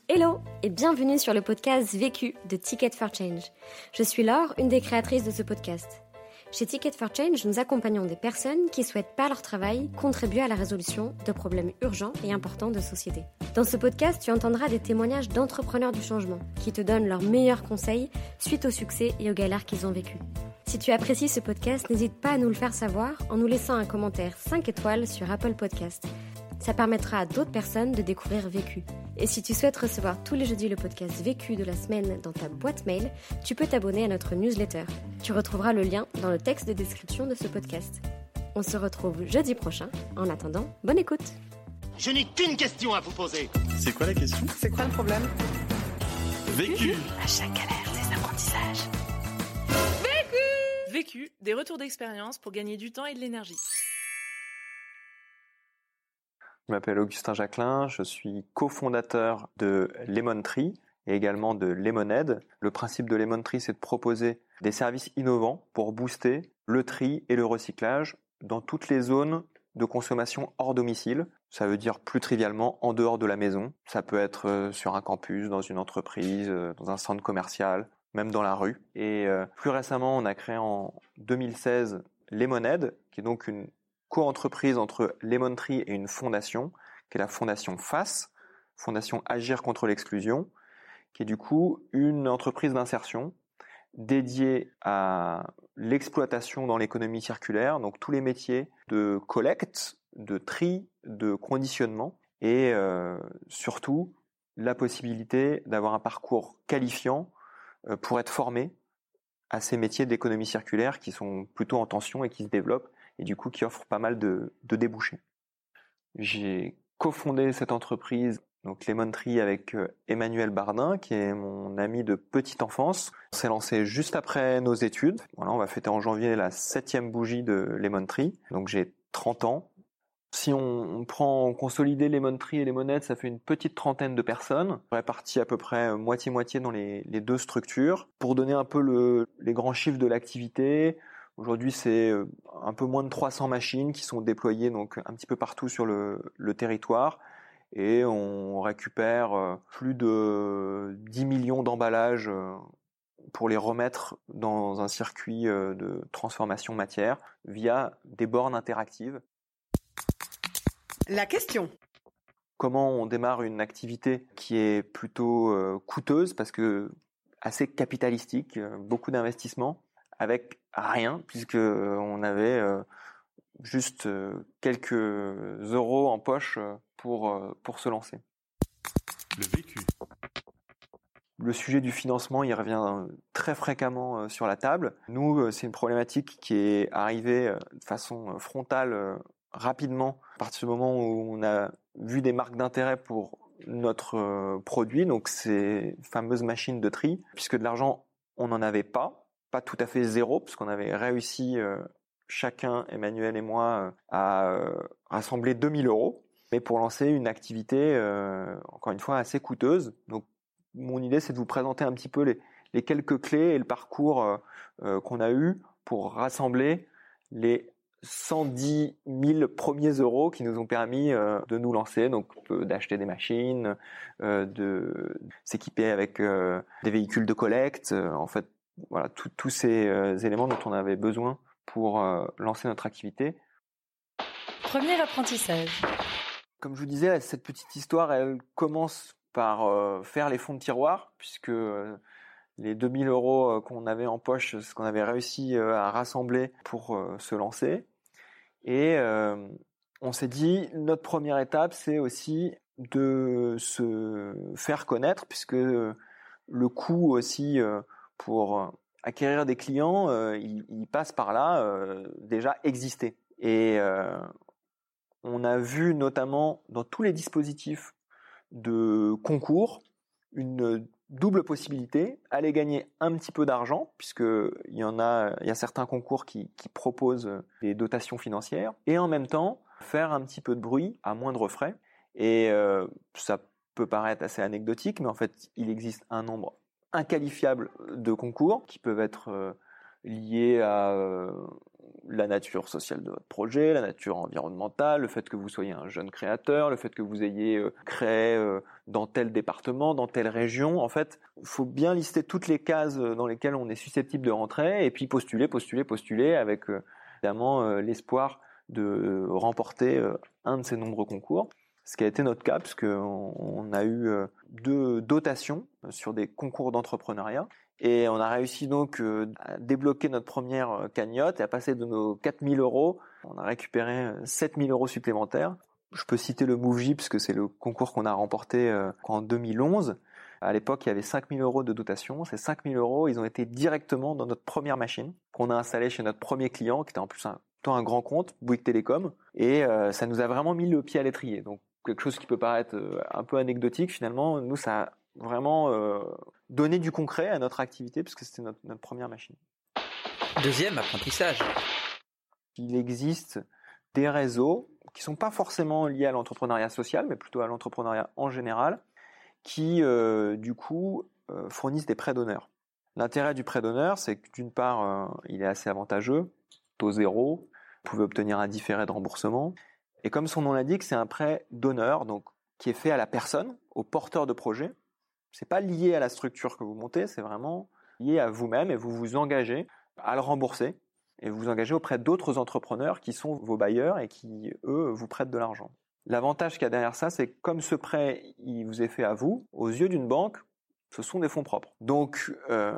Hello et bienvenue sur le podcast Vécu de Ticket for Change. Je suis Laure, une des créatrices de ce podcast. Chez Ticket for Change, nous accompagnons des personnes qui souhaitent par leur travail contribuer à la résolution de problèmes urgents et importants de société. Dans ce podcast, tu entendras des témoignages d'entrepreneurs du changement qui te donnent leurs meilleurs conseils suite au succès et aux galères qu'ils ont vécues. Si tu apprécies ce podcast, n'hésite pas à nous le faire savoir en nous laissant un commentaire 5 étoiles sur Apple Podcast. Ça permettra à d'autres personnes de découvrir Vécu. Et si tu souhaites recevoir tous les jeudis le podcast Vécu de la semaine dans ta boîte mail, tu peux t'abonner à notre newsletter. Tu retrouveras le lien dans le texte de description de ce podcast. On se retrouve jeudi prochain. En attendant, bonne écoute. Je n'ai qu'une question à vous poser. C'est quoi la question? C'est quoi le problème? Vécu. À chaque galère, des apprentissages. Vécu, des retours d'expérience pour gagner du temps et de l'énergie. Je m'appelle Augustin Jacquelin, je suis cofondateur de Lemon Tree et également de Lemonade. Le principe de Lemon Tree, c'est de proposer des services innovants pour booster le tri et le recyclage dans toutes les zones de consommation hors domicile. Ça veut dire plus trivialement en dehors de la maison. Ça peut être sur un campus, dans une entreprise, dans un centre commercial, même dans la rue. Et plus récemment, on a créé en 2016 Lemonade, qui est donc une co-entreprise entre Lemon Tree et une fondation, qui est la fondation FACE, Fondation Agir contre l'exclusion, qui est du coup une entreprise d'insertion dédiée à l'exploitation dans l'économie circulaire, donc tous les métiers de collecte, de tri, de conditionnement, et surtout la possibilité d'avoir un parcours qualifiant pour être formé à ces métiers d'économie circulaire qui sont plutôt en tension et qui se développent, et du coup qui offrent pas mal de débouchés. J'ai cofondé cette entreprise, donc Lemon Tree, avec Emmanuel Bardin, qui est mon ami de petite enfance. On s'est lancé juste après nos études. Voilà, on va fêter en janvier la 7e bougie de Lemon Tree. Donc j'ai 30 ans. Si on prend consolider Lemon Tree et Lemonade, ça fait une petite trentaine de personnes, réparties à peu près moitié-moitié dans les deux structures. Pour donner un peu les grands chiffres de l'activité, aujourd'hui c'est un peu moins de 300 machines qui sont déployées donc un petit peu partout sur le territoire, et on récupère plus de 10 millions d'emballages pour les remettre dans un circuit de transformation matière via des bornes interactives. La question. Comment on démarre une activité qui est plutôt coûteuse, parce que assez capitalistique, beaucoup d'investissements, avec rien, puisque on avait juste quelques euros en poche pour se lancer. Le vécu. Le sujet du financement, il revient très fréquemment sur la table. Nous, c'est une problématique qui est arrivée de façon frontale rapidement, à partir du moment où on a vu des marques d'intérêt pour notre produit, donc ces fameuses machines de tri, puisque de l'argent, on n'en avait pas tout à fait zéro, parce qu'on avait réussi, chacun, Emmanuel et moi, à rassembler 2000 euros, mais pour lancer une activité, encore une fois, assez coûteuse. Donc, mon idée, c'est de vous présenter un petit peu les quelques clés et le parcours qu'on a eu pour rassembler les 110 000 premiers euros qui nous ont permis de nous lancer, donc d'acheter des machines, de s'équiper avec des véhicules de collecte, en fait, voilà, tous ces éléments dont on avait besoin pour lancer notre activité. Premier apprentissage. Comme je vous disais, cette petite histoire, elle commence par faire les fonds de tiroir, puisque les 2000 euros qu'on avait en poche, c'est ce qu'on avait réussi à rassembler pour se lancer. Et on s'est dit, notre première étape, c'est aussi de se faire connaître, puisque le coût aussi pour acquérir des clients, il passe par là, déjà exister. Et on a vu notamment dans tous les dispositifs de concours une double possibilité: aller gagner un petit peu d'argent, puisque il y a certains concours qui proposent des dotations financières, et en même temps faire un petit peu de bruit à moindre frais. Et ça peut paraître assez anecdotique, mais en fait il existe un nombre inqualifiable de concours qui peuvent être liés à la nature sociale de votre projet, la nature environnementale, le fait que vous soyez un jeune créateur, le fait que vous ayez créé dans tel département, dans telle région. En fait, il faut bien lister toutes les cases dans lesquelles on est susceptible de rentrer et puis postuler avec évidemment l'espoir de remporter un de ces nombreux concours. Ce qui a été notre cas, puisque on a eu 2 dotations sur des concours d'entrepreneuriat. Et on a réussi donc à débloquer notre première cagnotte et à passer de nos 4 000 €. On a récupéré 7 000 € supplémentaires. Je peux citer le MoveJ parce que c'est le concours qu'on a remporté en 2011. À l'époque, il y avait 5 000 € de dotation. Ces 5 000 €, ils ont été directement dans notre première machine qu'on a installée chez notre premier client, qui était en plus un grand compte, Bouygues Télécom. Et ça nous a vraiment mis le pied à l'étrier. Donc quelque chose qui peut paraître un peu anecdotique, finalement, nous, ça a vraiment donné du concret à notre activité puisque c'était notre première machine. Deuxième apprentissage. Il existe des réseaux qui sont pas forcément liés à l'entrepreneuriat social, mais plutôt à l'entrepreneuriat en général, qui du coup fournissent des prêts d'honneur. L'intérêt du prêt d'honneur, c'est que d'une part, il est assez avantageux, taux 0, vous pouvez obtenir un différé de remboursement, et comme son nom l'indique, c'est un prêt d'honneur, donc qui est fait à la personne, au porteur de projet. C'est pas lié à la structure que vous montez, c'est vraiment lié à vous-même et vous vous engagez à le rembourser et vous vous engagez auprès d'autres entrepreneurs qui sont vos bailleurs et qui, eux, vous prêtent de l'argent. L'avantage qu'il y a derrière ça, c'est que comme ce prêt, il vous est fait à vous, aux yeux d'une banque, ce sont des fonds propres. Donc,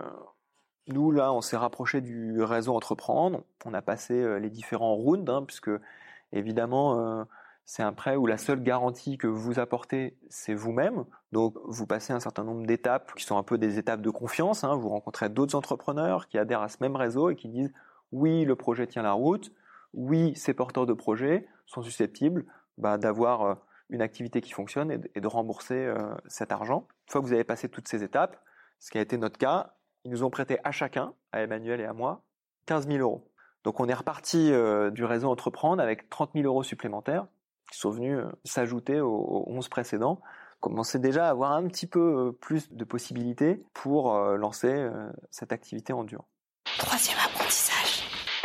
nous, là, on s'est rapproché du réseau Entreprendre. On a passé les différents rounds, puisque, évidemment, c'est un prêt où la seule garantie que vous apportez, c'est vous-même. Donc, vous passez un certain nombre d'étapes qui sont un peu des étapes de confiance. Vous rencontrez d'autres entrepreneurs qui adhèrent à ce même réseau et qui disent « Oui, le projet tient la route. Oui, ces porteurs de projets sont susceptibles d'avoir une activité qui fonctionne et de rembourser cet argent. » Une fois que vous avez passé toutes ces étapes, ce qui a été notre cas, ils nous ont prêté à chacun, à Emmanuel et à moi, 15 000 €. Donc, on est reparti du réseau Entreprendre avec 30 000 € supplémentaires qui sont venus s'ajouter aux 11 précédents. On commençait déjà à avoir un petit peu plus de possibilités pour lancer cette activité en dur. Troisième apprentissage.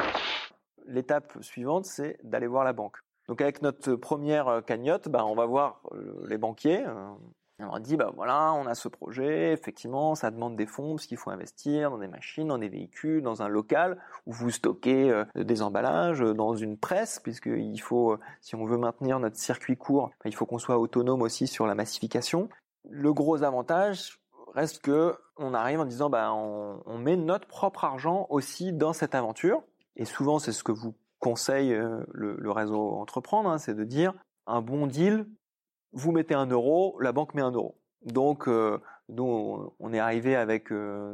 L'étape suivante, c'est d'aller voir la banque. Donc avec notre première cagnotte, on va voir les banquiers. On leur dit, voilà, on a ce projet, effectivement, ça demande des fonds parce qu'il faut investir dans des machines, dans des véhicules, dans un local où vous stockez des emballages, dans une presse, puisqu'il faut, si on veut maintenir notre circuit court, il faut qu'on soit autonome aussi sur la massification. Le gros avantage reste que on arrive en disant, on met notre propre argent aussi dans cette aventure. Et souvent, c'est ce que vous conseille le réseau Entreprendre, c'est de dire, un bon deal, vous mettez 1 €, la banque met 1 €. Donc, nous, on est arrivé avec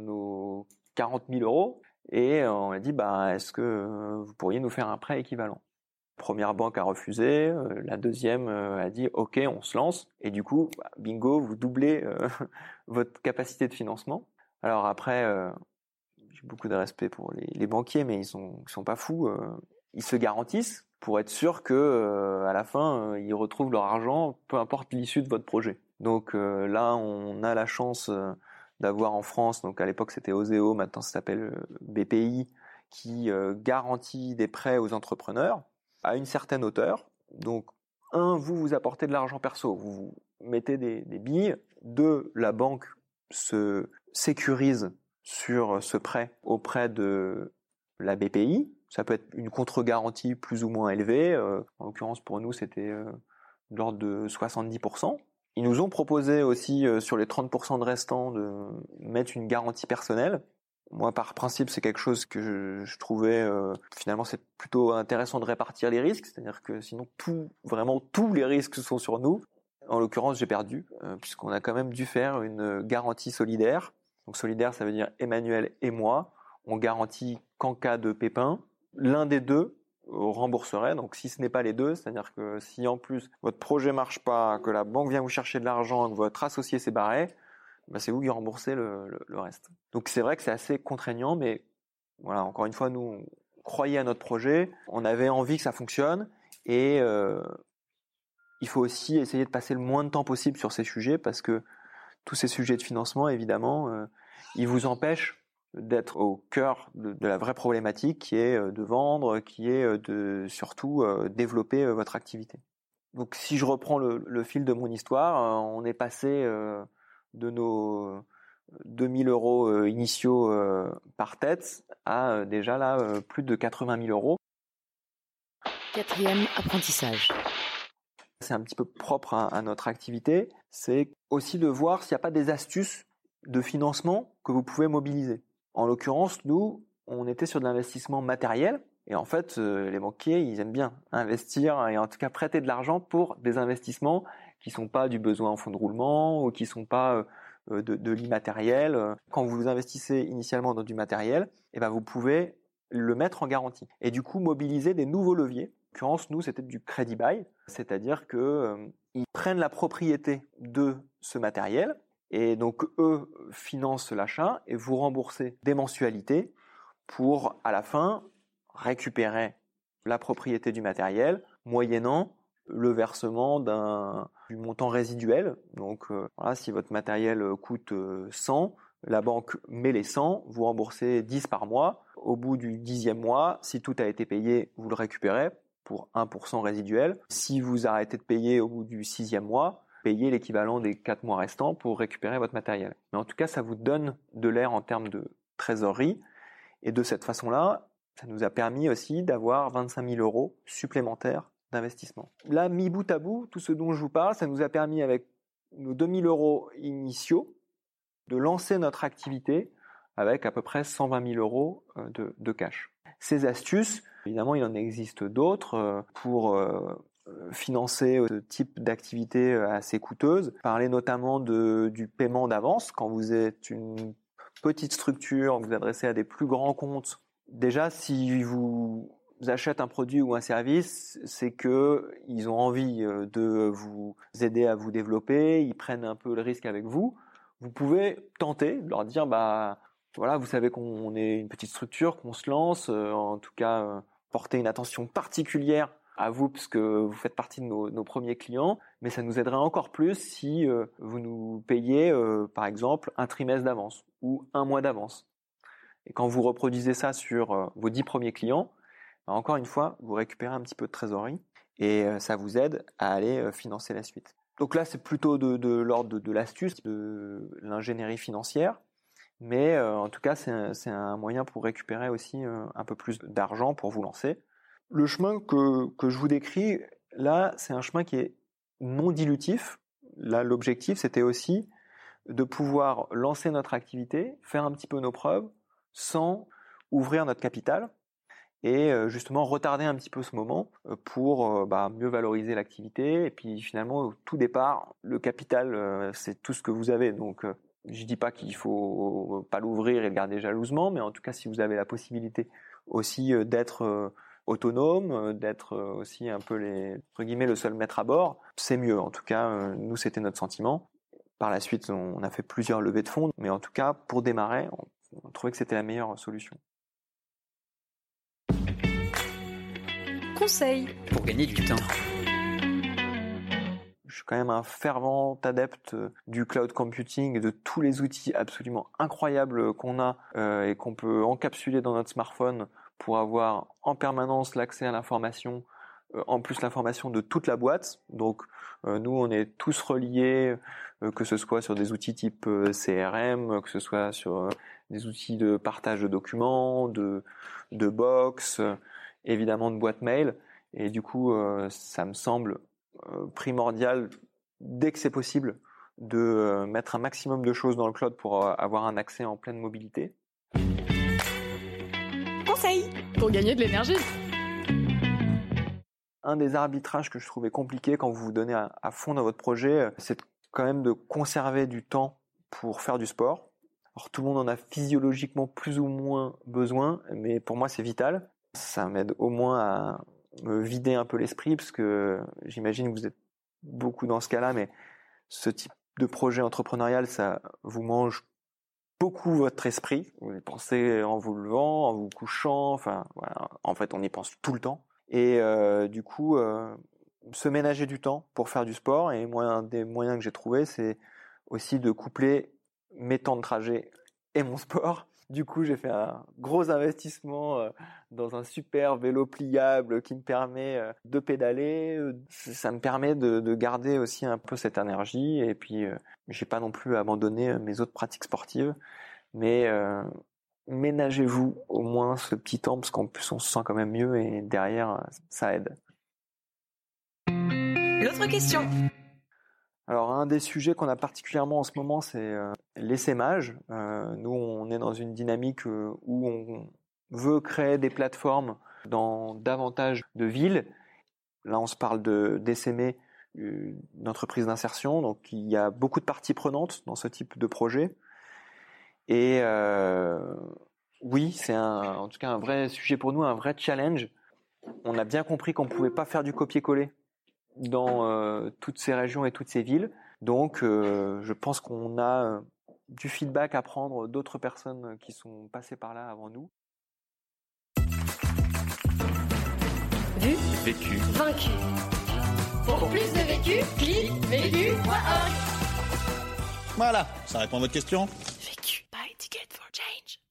nos 40 000 € et on a dit, est-ce que vous pourriez nous faire un prêt équivalent ? La première banque a refusé, la deuxième a dit, OK, on se lance. Et du coup, bingo, vous doublez votre capacité de financement. Alors après, j'ai beaucoup de respect pour les banquiers, mais ils sont pas fous. Ils se garantissent pour être sûr que à la fin ils retrouvent leur argent, peu importe l'issue de votre projet. Donc là, on a la chance d'avoir en France, donc à l'époque c'était Oseo, maintenant ça s'appelle BPI, qui garantit des prêts aux entrepreneurs à une certaine hauteur. Donc vous apportez de l'argent perso, vous mettez des billes. 2, la banque se sécurise sur ce prêt auprès de la BPI. Ça peut être une contre-garantie plus ou moins élevée. En l'occurrence, pour nous, c'était de l'ordre de 70%. Ils nous ont proposé aussi, sur les 30% de restants, de mettre une garantie personnelle. Moi, par principe, c'est quelque chose que je trouvais... finalement, c'est plutôt intéressant de répartir les risques. C'est-à-dire que sinon, vraiment tous les risques sont sur nous. En l'occurrence, j'ai perdu, puisqu'on a quand même dû faire une garantie solidaire. Donc solidaire, ça veut dire Emmanuel et moi. On garantit qu'en cas de pépin, l'un des deux rembourserait. Donc si ce n'est pas les deux, c'est-à-dire que si en plus votre projet marche pas, que la banque vient vous chercher de l'argent, que votre associé s'est barré, c'est vous qui remboursez le reste. Donc c'est vrai que c'est assez contraignant, mais voilà, encore une fois, nous on croyait à notre projet, on avait envie que ça fonctionne et il faut aussi essayer de passer le moins de temps possible sur ces sujets parce que tous ces sujets de financement, évidemment, ils vous empêchent d'être au cœur de la vraie problématique qui est de vendre, qui est de surtout développer votre activité. Donc si je reprends le fil de mon histoire, on est passé de nos 2000 € initiaux par tête à déjà là plus de 80 000 €. Quatrième apprentissage. C'est un petit peu propre à notre activité, c'est aussi de voir s'il n'y a pas des astuces de financement que vous pouvez mobiliser. En l'occurrence, nous, on était sur de l'investissement matériel et en fait, les banquiers, ils aiment bien investir et en tout cas prêter de l'argent pour des investissements qui sont pas du besoin en fonds de roulement ou qui sont pas de l'immatériel. Quand vous investissez initialement dans du matériel, eh ben vous pouvez le mettre en garantie et du coup mobiliser des nouveaux leviers. En l'occurrence, nous, c'était du crédit bail, c'est-à-dire que ils prennent la propriété de ce matériel et donc eux financent l'achat et vous remboursez des mensualités pour à la fin récupérer la propriété du matériel moyennant le versement du montant résiduel. Donc voilà, si votre matériel coûte 100, la banque met les 100, vous remboursez 10 par mois. Au bout du 10e mois, si tout a été payé, vous le récupérez pour 1% résiduel. Si vous arrêtez de payer au bout du 6e mois, payez l'équivalent des 4 mois restants pour récupérer votre matériel. Mais en tout cas, ça vous donne de l'air en termes de trésorerie. Et de cette façon-là, ça nous a permis aussi d'avoir 25 000 € supplémentaires d'investissement. Là, mis bout à bout, tout ce dont je vous parle, ça nous a permis avec nos 2 000 € initiaux de lancer notre activité avec à peu près 120 000 € de cash. Ces astuces, évidemment, il en existe d'autres pour financer ce type d'activité assez coûteuse. Parler notamment du paiement d'avance. Quand vous êtes une petite structure, vous vous adressez à des plus grands comptes, déjà, si vous achètent un produit ou un service, c'est que ils ont envie de vous aider à vous développer, ils prennent un peu le risque avec vous. Vous pouvez tenter de leur dire, voilà, vous savez qu'on est une petite structure, qu'on se lance, en tout cas, porter une attention particulière à vous parce que vous faites partie de nos premiers clients, mais ça nous aiderait encore plus si vous nous payiez, par exemple, un trimestre d'avance ou un mois d'avance. Et quand vous reproduisez ça sur vos 10 premiers clients, encore une fois, vous récupérez un petit peu de trésorerie et ça vous aide à aller financer la suite. Donc là, c'est plutôt de l'ordre de l'astuce, de l'ingénierie financière, mais en tout cas, c'est un moyen pour récupérer aussi un peu plus d'argent pour vous lancer. Le chemin que je vous décris, là, c'est un chemin qui est non dilutif. Là, l'objectif, c'était aussi de pouvoir lancer notre activité, faire un petit peu nos preuves, sans ouvrir notre capital et justement retarder un petit peu ce moment pour mieux valoriser l'activité. Et puis finalement, au tout départ, le capital, c'est tout ce que vous avez. Donc, je dis pas qu'il faut pas l'ouvrir et le garder jalousement, mais en tout cas, si vous avez la possibilité aussi d'être autonome, d'être aussi un peu entre guillemets le seul maître à bord, c'est mieux. En tout cas, nous, c'était notre sentiment. Par la suite, on a fait plusieurs levées de fonds, mais en tout cas, pour démarrer, on trouvait que c'était la meilleure solution. Conseil pour gagner du temps. Je suis quand même un fervent adepte du cloud computing et de tous les outils absolument incroyables qu'on a et qu'on peut encapsuler dans notre smartphone pour avoir en permanence l'accès à l'information, en plus l'information de toute la boîte. Donc nous, on est tous reliés, que ce soit sur des outils type CRM, que ce soit sur des outils de partage de documents, de box, évidemment de boîte mail. Et du coup, ça me semble primordial, dès que c'est possible, de mettre un maximum de choses dans le cloud pour avoir un accès en pleine mobilité. Conseil pour gagner de l'énergie. Un des arbitrages que je trouvais compliqué quand vous vous donnez à fond dans votre projet, c'est quand même de conserver du temps pour faire du sport. Alors tout le monde en a physiologiquement plus ou moins besoin, mais pour moi c'est vital. Ça m'aide au moins à me vider un peu l'esprit, parce que j'imagine que vous êtes beaucoup dans ce cas-là, mais ce type de projet entrepreneurial, ça vous mange beaucoup votre esprit. Vous y pensez en vous levant, en vous couchant, enfin voilà. En fait, on y pense tout le temps. Et du coup, se ménager du temps pour faire du sport. Et moi, un des moyens que j'ai trouvé, c'est aussi de coupler mes temps de trajet et mon sport. Du coup, j'ai fait un gros investissement dans un super vélo pliable qui me permet de pédaler. Ça me permet de garder aussi un peu cette énergie. Et puis, j'ai pas non plus abandonné mes autres pratiques sportives. Mais ménagez-vous au moins ce petit temps, parce qu'en plus, on se sent quand même mieux et derrière, ça aide. L'autre question. Alors, un des sujets qu'on a particulièrement en ce moment, c'est l'essaimage. Nous, on est dans une dynamique où on veut créer des plateformes dans davantage de villes. Là, on se parle d'essaimer une entreprise d'insertion. Donc, il y a beaucoup de parties prenantes dans ce type de projet. Et oui, c'est en tout cas un vrai sujet pour nous, un vrai challenge. On a bien compris qu'on ne pouvait pas faire du copier-coller dans toutes ces régions et toutes ces villes. Donc, je pense qu'on a du feedback à prendre d'autres personnes qui sont passées par là avant nous. Vu, Vécu. vaincu. Pour plus de vécu, clique vécu.org. Voilà, ça répond à votre question. Vécu by Ticket for Change.